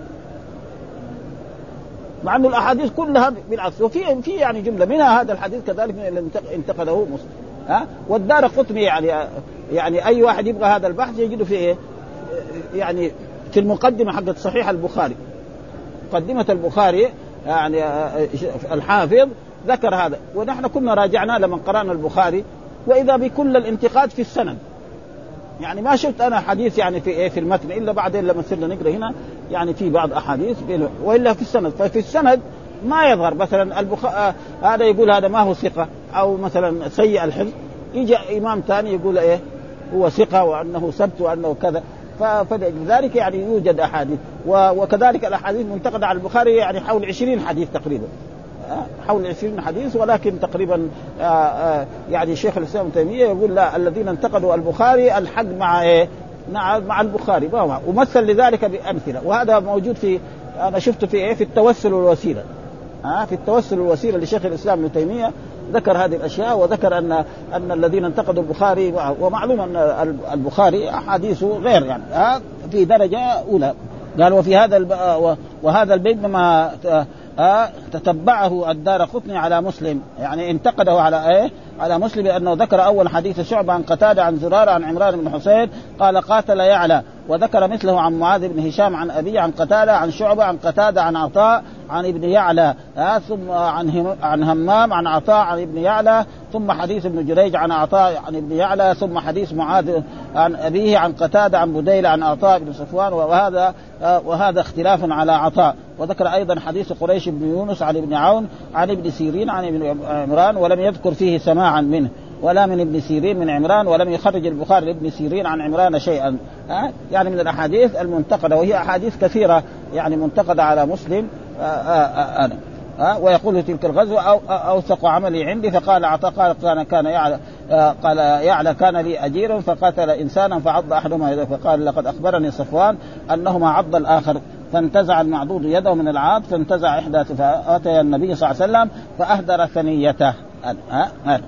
مع أن الأحاديث كلها بالعكس. وفي في يعني جملة منها هذا الحديث كذلك من اللي انتقده مسلم، ها والدار قطني يعني يعني أي واحد يبغى هذا البحث يجده في إيه يعني في المقدمة حقت صحيح البخاري، مقدمة البخاري يعني الحافظ ذكر هذا. ونحن كنا راجعنا لما قرأنا البخاري وإذا بكل الانتقاد في السند، يعني ما شفت أنا حديث يعني في إيه في المتن إلا بعدين لما صرنا نقرأ هنا يعني في بعض أحاديث وإلا في السند. ففي السند ما يظهر مثلا البخ... آه هذا يقول هذا ما هو ثقة أو مثلا سيء الحفظ، يجي إمام ثاني يقول إيه هو ثقة وأنه سبت وأنه كذا. فلذلك يعني يوجد أحاديث. وكذلك الأحاديث منتقدة على البخاري يعني حول عشرين حديث تقريبا، حول عشرين حديث، ولكن تقريبا آآ آآ يعني شيخ الإسلام ابن تيمية يقول لا الذين انتقدوا البخاري الحق مع إيه مع البخاري، ومثل لذلك بأمثلة. وهذا موجود في أنا شفته في إيه في التوسل والوسيلة، ها في التوسل والوسيلة لشيخ الإسلام ابن تيمية ذكر هذه الأشياء، وذكر أن أن الذين انتقدوا البخاري، ومعلوم أن البخاري أحاديثه غير يعني ها في درجة أولى. قال وفي هذا وهذا البيت ما تتبعه الدارقطني على مسلم، يعني انتقده على ايه على مسلم لانه ذكر اول حديث شعبة عن قتادة عن زرارة عن عمران بن حسين قال قاتل يعلى، وذكر مثله عن معاذ بن هشام عن أبي عن قتادة عن شعبة عن قتادة عن عطاء عن ابن يعلى، ثم عن عن همام عن عطاء عن ابن يعلى، ثم حديث ابن جريج عن عطاء عن ابن يعلى، ثم حديث معاذ عن أبيه عن قتادة عن بديل عن عطاء بن صفوان، وهذا وهذا اختلاف على عطاء. وذكر أيضا حديث قريش بن يونس عن ابن عون عن ابن سيرين عن ابن عمران، ولم يذكر فيه سماعا منه ولا من ابن سيرين من عمران، ولم يخرج البخاري لابن سيرين عن عمران شيئا. ها يعني من الأحاديث المنتقدة، وهي أحاديث كثيرة يعني منتقدة على مسلم. أنا ها ويقول تلك الغزوة أو أوثق عملي عندي، فقال عطاء قال كان كان يعلى قال يعلى كان لي أجير فقتل إنسانا فعض أحدهما يده، فقال لقد أخبرني صفوان أنهما عض الآخر، فانتزع المعضوض يده من العاض فانتزع إحدى، فأتى النبي صلى الله عليه وسلم فأهدر ثنيته. ها ها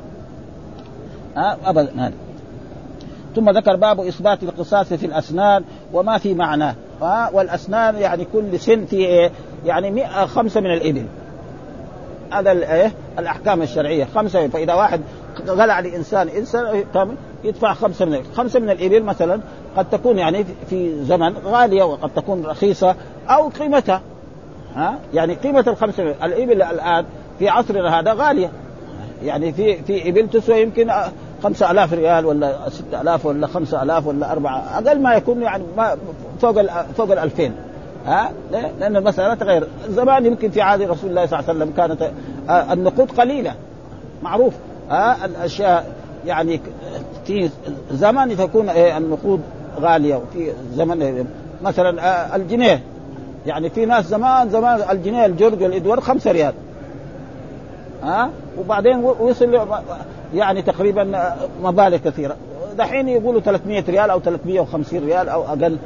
ها أبدا هذا. ثم ذكر باب إثبات القصاص في الأسنان وما في معناه. والأسنان يعني كل سن في يعني مئة خمسة من الإبل، هذا الإيه الأحكام الشرعية خمسة. فإذا واحد غلع لإنسان إنسان كامل يدفع خمسة من خمسة من الإبل مثلا، قد تكون يعني في زمن غالية وقد تكون رخيصة أو قيمتها ها يعني قيمة الخمسة من الإبل الآن في عصرنا هذا غالية، يعني في في إبل تسوى يمكن خمسة آلاف ريال ولا ستة آلاف ولا خمسة آلاف ولا أربعة، أقل ما يكون يعني ما فوق فوق الألفين. ها لأن المسألة تغير. زمان يمكن في عهد رسول الله صلى الله عليه وسلم كانت النقود قليلة معروف، ها الأشياء يعني في زمان تكون النقود غالية، وفي زمن مثلا الجنيه يعني في ناس زمان زمان الجنيه الجرد والإدوار خمسة ريال، ها وبعدين وصل يعني تقريبا مبالغ كثيرة، دحين يقولوا ثلاثمائة ريال أو ثلاثمائة وخمسين ريال أو أقل.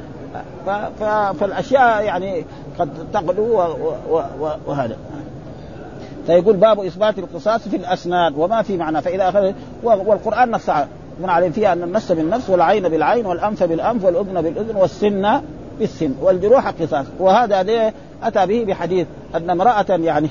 فالأشياء يعني قد تغلو وهذا. فيقول باب إثبات القصاص في الأسنان وما في معنى. فإذا أخذ والقرآن نص من عليه فيها أن النفس بالنفس والعين بالعين والأنف بالأنف والأذن بالأذن والسن بالسن والجروح قصاص. وهذا ليه أتى به بحديث أن امرأة يعني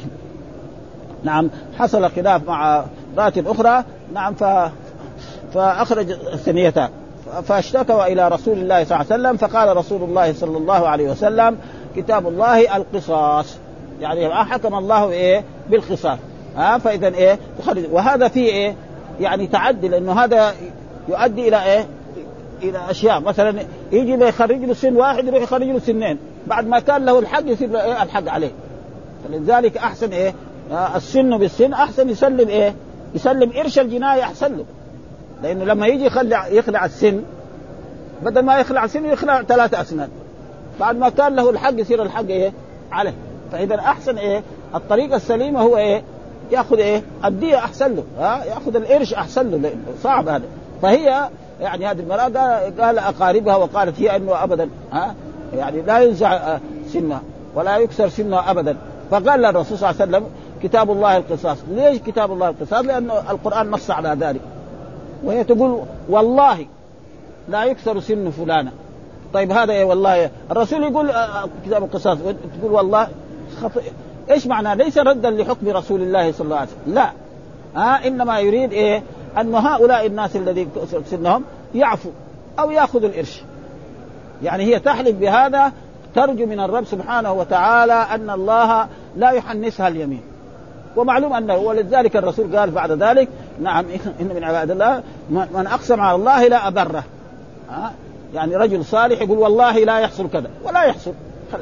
نعم حصل خلاف مع امرأة أخرى نعم ف فأخرج ثنيتها فاشتكوا إلى رسول الله صلى الله عليه وسلم فقال رسول الله صلى الله عليه وسلم كتاب الله القصاص يعني حكم الله إيه بالقصاص. ها فإذا إيه وهذا فيه إيه يعني تعدي لأنه هذا يؤدي إلى إيه إلى أشياء مثلا يجي يخرج له سن واحد يروح يخرج له سنين بعد ما كان له الحق يصير له إيه الحق عليه. فلذلك أحسن إيه السن بالسن أحسن يسلم إيه يسلم إرش الجناية أحسن له لأنه لما يجي يخلع يخلع السن بدل ما يخلع السن يخلع ثلاثة أسنان بعد ما كان له الحق يصير الحق إيه عليه. فإذا أحسن إيه الطريقة السليمة هو إيه يأخذ إيه الدية أحسن له ها يأخذ الإرش أحسن له لأنه صعب هذا. فهي يعني هذه المرأة قال أقاربها وقالت هي أنه أبدا ها يعني لا ينزع سنها ولا يكسر سنها أبدا. فقال الرسول صلى الله عليه وسلم كتاب الله القصاص. ليش كتاب الله القصاص؟ لأنه القرآن نص على ذلك. وهي تقول والله لا يكسر سن فلانة. طيب هذا إيه والله الرسول يقول كتاب القصاص تقول والله خطئ. إيش معناه؟ ليس ردا لحكم رسول الله صلى الله عليه وسلم لا ها إنما يريد إيه أن هؤلاء الناس الذين سنهم يعفوا أو يأخذوا الإرش. يعني هي تحلف بهذا ترجو من الرب سبحانه وتعالى أن الله لا يحنسها اليمين. ومعلوم أنه ولذلك الرسول قال بعد ذلك نعم إن من عباد الله من أقسم على الله لا أبره. ها يعني رجل صالح يقول والله لا يحصل كذا ولا يحصل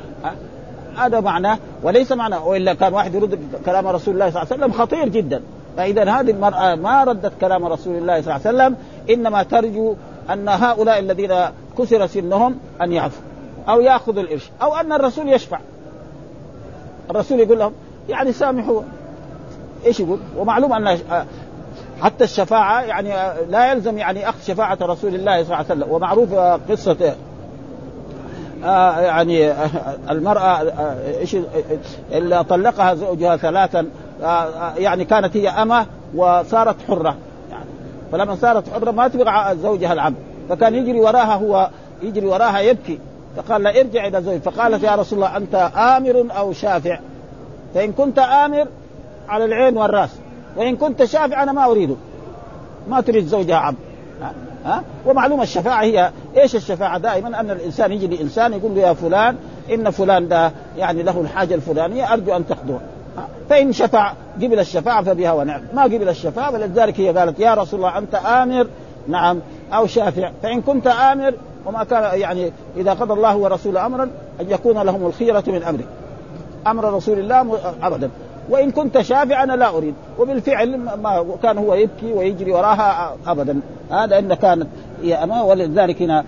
هذا معناه وليس معناه. وإلا كان واحد يرد كلام رسول الله صلى الله عليه وسلم خطير جدا. فإذا هذه المرأة ما ردت كلام رسول الله صلى الله عليه وسلم إنما ترجو أن هؤلاء الذين كسر سنهم أن يعفوا أو يأخذوا الإرش أو أن الرسول يشفع. الرسول يقول لهم يعني سامحوا إيش يقول. ومعلوم أن حتى الشفاعة يعني لا يلزم يعني أخذ شفاعة رسول الله صلى الله عليه وسلم. ومعروف قصة آه يعني آه المرأة آه إيش اللي طلقها زوجها ثلاثا آه يعني كانت هي أمة وصارت حرة يعني فلما صارت حرة ما تبغى زوجها العبد فكان يجري وراها هو يجري وراها يبكي فقال لا ارجع إلى زوجك. فقالت يا رسول الله أنت آمر أو شافع؟ فإن كنت آمر على العين والرأس وإن كنت شافع أنا ما أريده. ما تريد زوجها عبد. ها أه؟ ومعلومة الشفاعة هي إيش الشفاعة؟ دائما أن الإنسان يجي لإنسان يقول له يا فلان إن فلان ده يعني له الحاجة الفلانية أرجو أن تقضوها. فإن شفع قبل الشفاعة فبها ونعم ما قبل الشفاعة. فلذلك هي قالت يا رسول الله أنت آمر نعم أو شافع؟ فإن كنت آمر وما كان يعني إذا قضى الله ورسوله أمرا أن يكون لهم الخيرة من أمره أمر رسول الله أبدا. وإن كنت شافع أنا لا أريد. وبالفعل ما كان هو يبكي ويجري وراها أبدا. هذا إن كانت هي أما. ولذلك هنا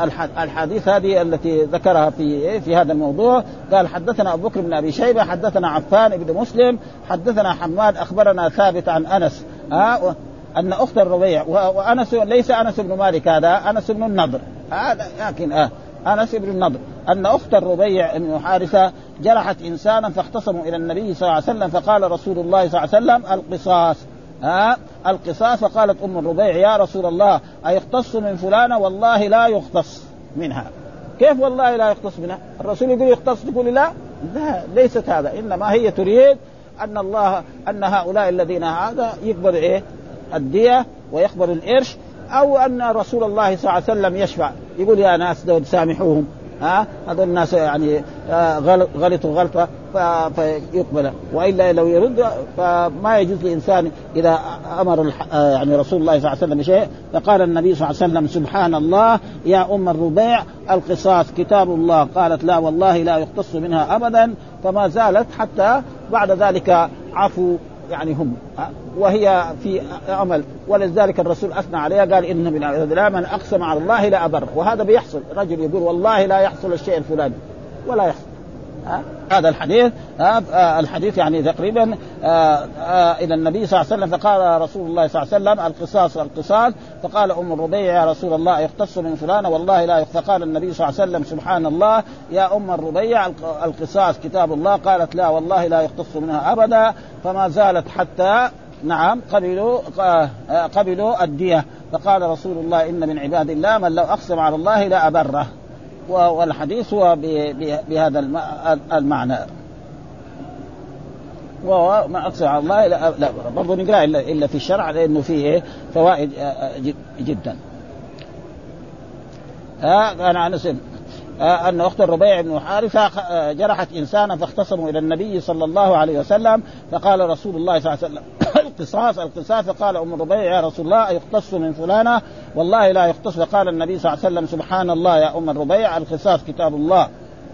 الحديث هذه التي ذكرها في في هذا الموضوع قال حدثنا أبو بكر بن أبي شيبة حدثنا عفان بن مسلم حدثنا حماد أخبرنا ثابت عن أنس ها أن أخت الربيع وأنس ليس أنس بن مالك هذا أنس بن النضر هذا لكن آه أنس بن النضر أن أخت الربيع بن حارثة جرحت إنسانا فاختصموا إلى النبي صلى الله عليه وسلم فقال رسول الله صلى الله عليه وسلم القصاص ها القصاص. فقالت أم الربيع يا رسول الله أيختص من فلانة؟ والله لا يختص منها. كيف والله لا يختص منها؟ الرسول يقول يختص تقول لا لا ليست هذا. إنما هي تريد أن الله أن هؤلاء الذين هذا يقبل إيه الدية ويقبل الإرش أو أن رسول الله صلى الله عليه وسلم يشفع يقول يا ناس دول سامحوهم ها هذا الناس يعني غلطوا غلطة فيقبل. وإلا لو يرد فما يجوز لإنسان إذا أمر يعني رسول الله صلى الله عليه وسلم بشيء. فقال النبي صلى الله عليه وسلم سبحان الله يا أم الربيع القصاص كتاب الله. قالت لا والله لا يختص منها أبدا. فما زالت حتى بعد ذلك عفوا يعني هم وهي في أمل. ولذلك الرسول أثنى عليها قال إن من لا من أقسم على الله لا أبر. وهذا بيحصل رجل يقول والله لا يحصل الشيء الفلاني ولا يحصل هذا الحديث الحديث يعني تقريبا إلى النبي صلى الله عليه وسلم. فقال رسول الله صلى الله عليه وسلم القصاص القصاص. فقال أم الربيع يا رسول الله يختص من فلان والله لا يختص. فقال النبي صلى الله عليه وسلم سبحان الله يا أم الربيع القصاص كتاب الله. قالت لا والله لا يختص منها أبدا. فما زالت حتى نعم قبلوا قبلوا الدية. فقال رسول الله إن من عباد الله من لو أقسم على الله لا أبره. والحديث هو بهذا المعنى وما أقسم على الله لا, لا برضو نقرأ إلا, إلا في الشرع لأنه فيه فوائد جدا. أنا أنس أن أخت الربيع بن حارثة جرحت إنسانا فاختصموا إلى النبي صلى الله عليه وسلم. فقال رسول الله صلى الله عليه وسلم القصاص القصاص. فقال أم الربيع يا رسول الله يختص من فلانة والله لا يختص. فقال النبي صلى الله عليه وسلم سبحان الله يا أم الربيع القصاص كتاب الله.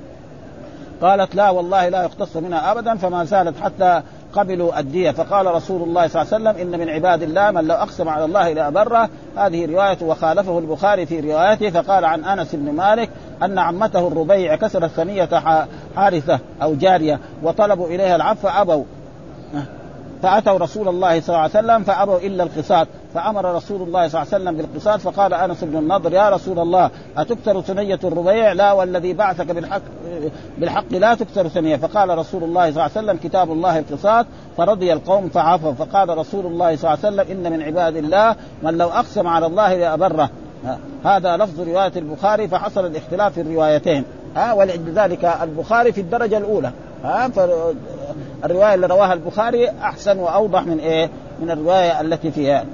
قالت لا والله لا يختص منها أبدا. فما زالت حتى قبلوا الدية. فقال رسول الله صلى الله عليه وسلم إن من عباد الله من لو أقسم على الله لا أبره. هذه رواية وخالفه البخاري في روايته. فقال عن أنس بن مالك أن عمته الربيع كسرت ثنية حارثة أو جارية وطلبوا إليها العفو أبوا. فأتوا رسول الله صلى الله عليه وسلم فأبوا إلا القصاص. فأمر رسول الله صلى الله عليه وسلم بالقصاص. فقال أنس بن النضر يا رسول الله أتكسر ثنية الربيع؟ لا والذي بعثك بالحق, بالحق لا تكسر ثنية. فقال رسول الله صلى الله عليه وسلم كتاب الله القصاص. فرضي القوم فعفوا. فقال رسول الله صلى الله عليه وسلم إن من عباد الله من لو أقسم على الله لأبره. هذا لفظ رواية البخاري فحصل الاختلاف في الروايتين. ها ولذلك البخاري في الدرجة الأولى. ها فالرواية اللي رواها البخاري أحسن وأوضح من إيه من الرواية التي فيها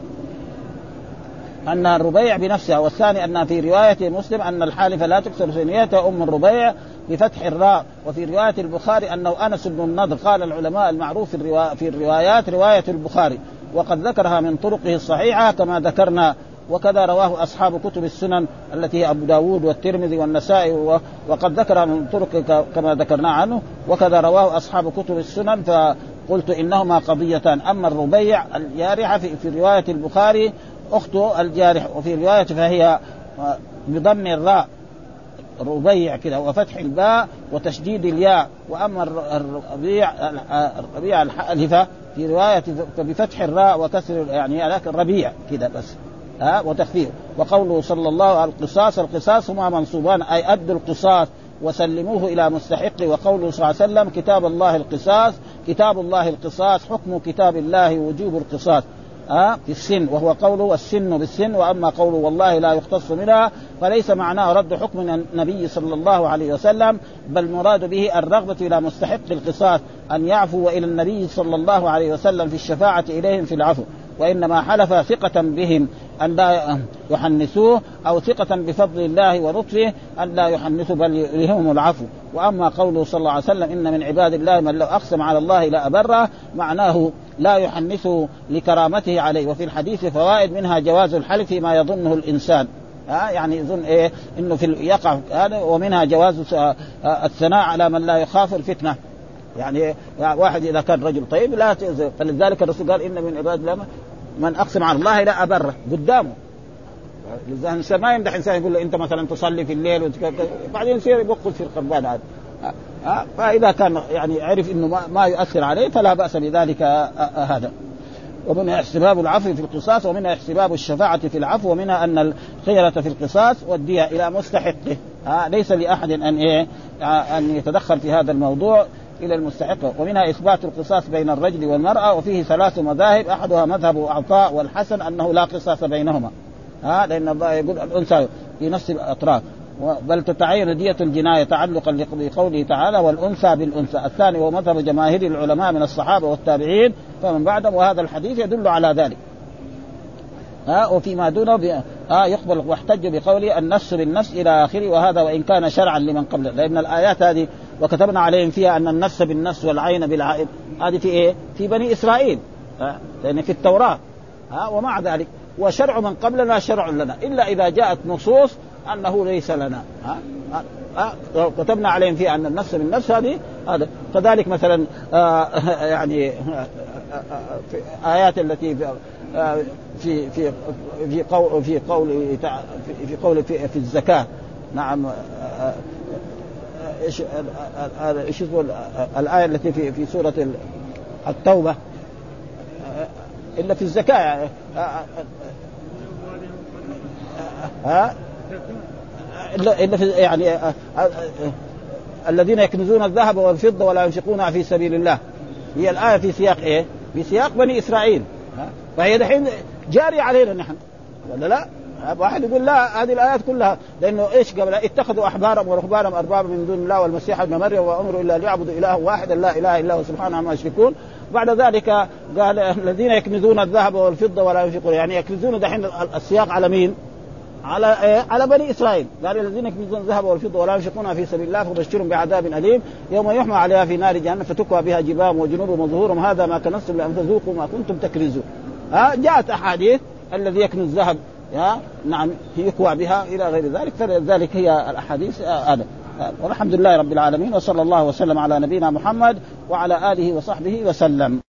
أن الربيع بنفسها. والثاني أن في رواية مسلم أن الحالف لا تكسر ثنيته أم الربيع بفتح الراء. وفي رواية البخاري أنه أنس بن النضر. قال العلماء المعروف في الروايات رواية البخاري وقد ذكرها من طرقه الصحيحة كما ذكرنا. وكذا رواه أصحاب كتب السنن التي هي أبو داود والترمذي والنسائي وقد ذكرها من طرق كما ذكرنا عنه. وكذا رواه أصحاب كتب السنن فقلت إنهما قضيتان. أما الربيع الجارحة في, في رواية البخاري أخته الجارح وفي رواية فهي بضم الراء ربيع كده وفتح الباء وتشديد الياء. وأما الربيع الربيع الحالفة في رواية بفتح الراء وكسر يعني لكن ربيع كده بس ها وتخفيف. وقوله صلى الله عليه القصاص القصاص هما منصوبان أي أدوا القصاص وسلموه إلى مستحقه. وقوله صلى الله عليه وسلم كتاب الله القصاص كتاب الله القصاص حكم كتاب الله وجوب القصاص ها في السن وهو قوله والسن بالسن. وأما قوله والله لا يختص منها فليس معناه رد حكم النبي صلى الله عليه وسلم بل مراد به الرغبة إلى مستحق القصاص أن يعفو وإلى النبي صلى الله عليه وسلم في الشفاعة إليهم في العفو. وإنما حلف ثقة بهم أن لا يحنسوه أو ثقة بفضل الله ولطفه أن لا يحنسوا بل يلهمهم العفو. وأما قوله صلى الله عليه وسلم إن من عباد الله من لو أقسم على الله لا أبره معناه لا يحنسه لكرامته عليه. وفي الحديث فوائد منها جواز الحلف فيما يظنه الإنسان ها يعني يظن إيه إنه في يقع هذا. ومنها جواز الثناء على من لا يخاف الفتنة يعني واحد إذا كان رجل طيب لا تؤذي. فلذلك الرسول قال إن من عباد الله من أقسم على الله لا أبره قدامه. الإنسان ما يمدح إنسان يقول له أنت مثلا تصلي في الليل بعدين يصير يبقل في القربان هذا. فإذا كان يعني عرف إنه ما يؤثر عليه فلا بأس بذلك هذا. ومنها استباب العفو في القصاص ومنها استباب الشفاعة في العفو ومنها أن الخيرة في القصاص والدية إلى مستحقه ليس لأحد أن إيه أن يتدخل في هذا الموضوع إلى المستحق. ومنها إثبات القصاص بين الرجل والمرأة وفيه ثلاث مذاهب أحدها مذهب عطاء والحسن أنه لا قصاص بينهما ها لأن الله يقول الأنثى في نفس الأطراف بل تتعين دية الجناية تعلقا بقوله تعالى والأنثى بالأنثى. الثاني هو مذهب جماهير العلماء من الصحابة والتابعين فمن بعدهم وهذا الحديث يدل على ذلك ها. وفيما دونه ها يقبل واحتج بقوله النفس بالنفس إلى آخره. وهذا وإن كان شرعا لمن قبله لأن الآيات هذه وكتبنا عليهم فيها أن النفس بالنفس والعين بالعين هذه في إيه في بني إسرائيل ها لأن في التوراة ها. ومع ذلك وشرع من قبلنا شرع لنا إلا إذا جاءت نصوص أنه ليس لنا ها. ها كتبنا عليهم فيها أن النفس بالنفس هذه هذا. كذلك مثلا آه يعني آه في آيات التي في آه في في في قول في قول في قول في, في الزكاة نعم آه ايش ايش الايه التي في في سوره التوبه الا في الزكاه ها الا في يعني الذين يكنزون الذهب والفضه ولا ينفقونها في سبيل الله. هي الايه في سياق ايه؟ في سياق بني اسرائيل، فهي دحين جاري علينا نحن ولا لا؟ واحد يقول لا هذه الآيات كلها لأنه إيش قبل اتخذوا أحبارهم ورهبانهم أربابا من دون الله والمسيح ابن مريم وأمروا إلا ليعبدوا إله واحدا لا إله إلا هو سبحانه عما يشركون. بعد ذلك قال الذين يكنزون الذهب والفضة ولا ينفقون، يعني يكنزون دحين السياق على مين؟ على إيه؟ على بني إسرائيل. قال الذين يكنزون الذهب والفضة ولا ينفقونها في سبيل الله فبشرهم بعذاب أليم يوم يحمى عليها في نار جهنم فتكوى بها جباههم وجنوبهم وظهورهم هذا ما كنزتم لأنفسكم فذوقوا ما كنتم تكنزون. ها جاءت أحاديث الذي يكنز الذهب يا نعم يكوى بها إلى غير ذلك، فلذلك هي الأحاديث هذا. والحمد لله رب العالمين، وصلى الله وسلم على نبينا محمد وعلى آله وصحبه وسلم.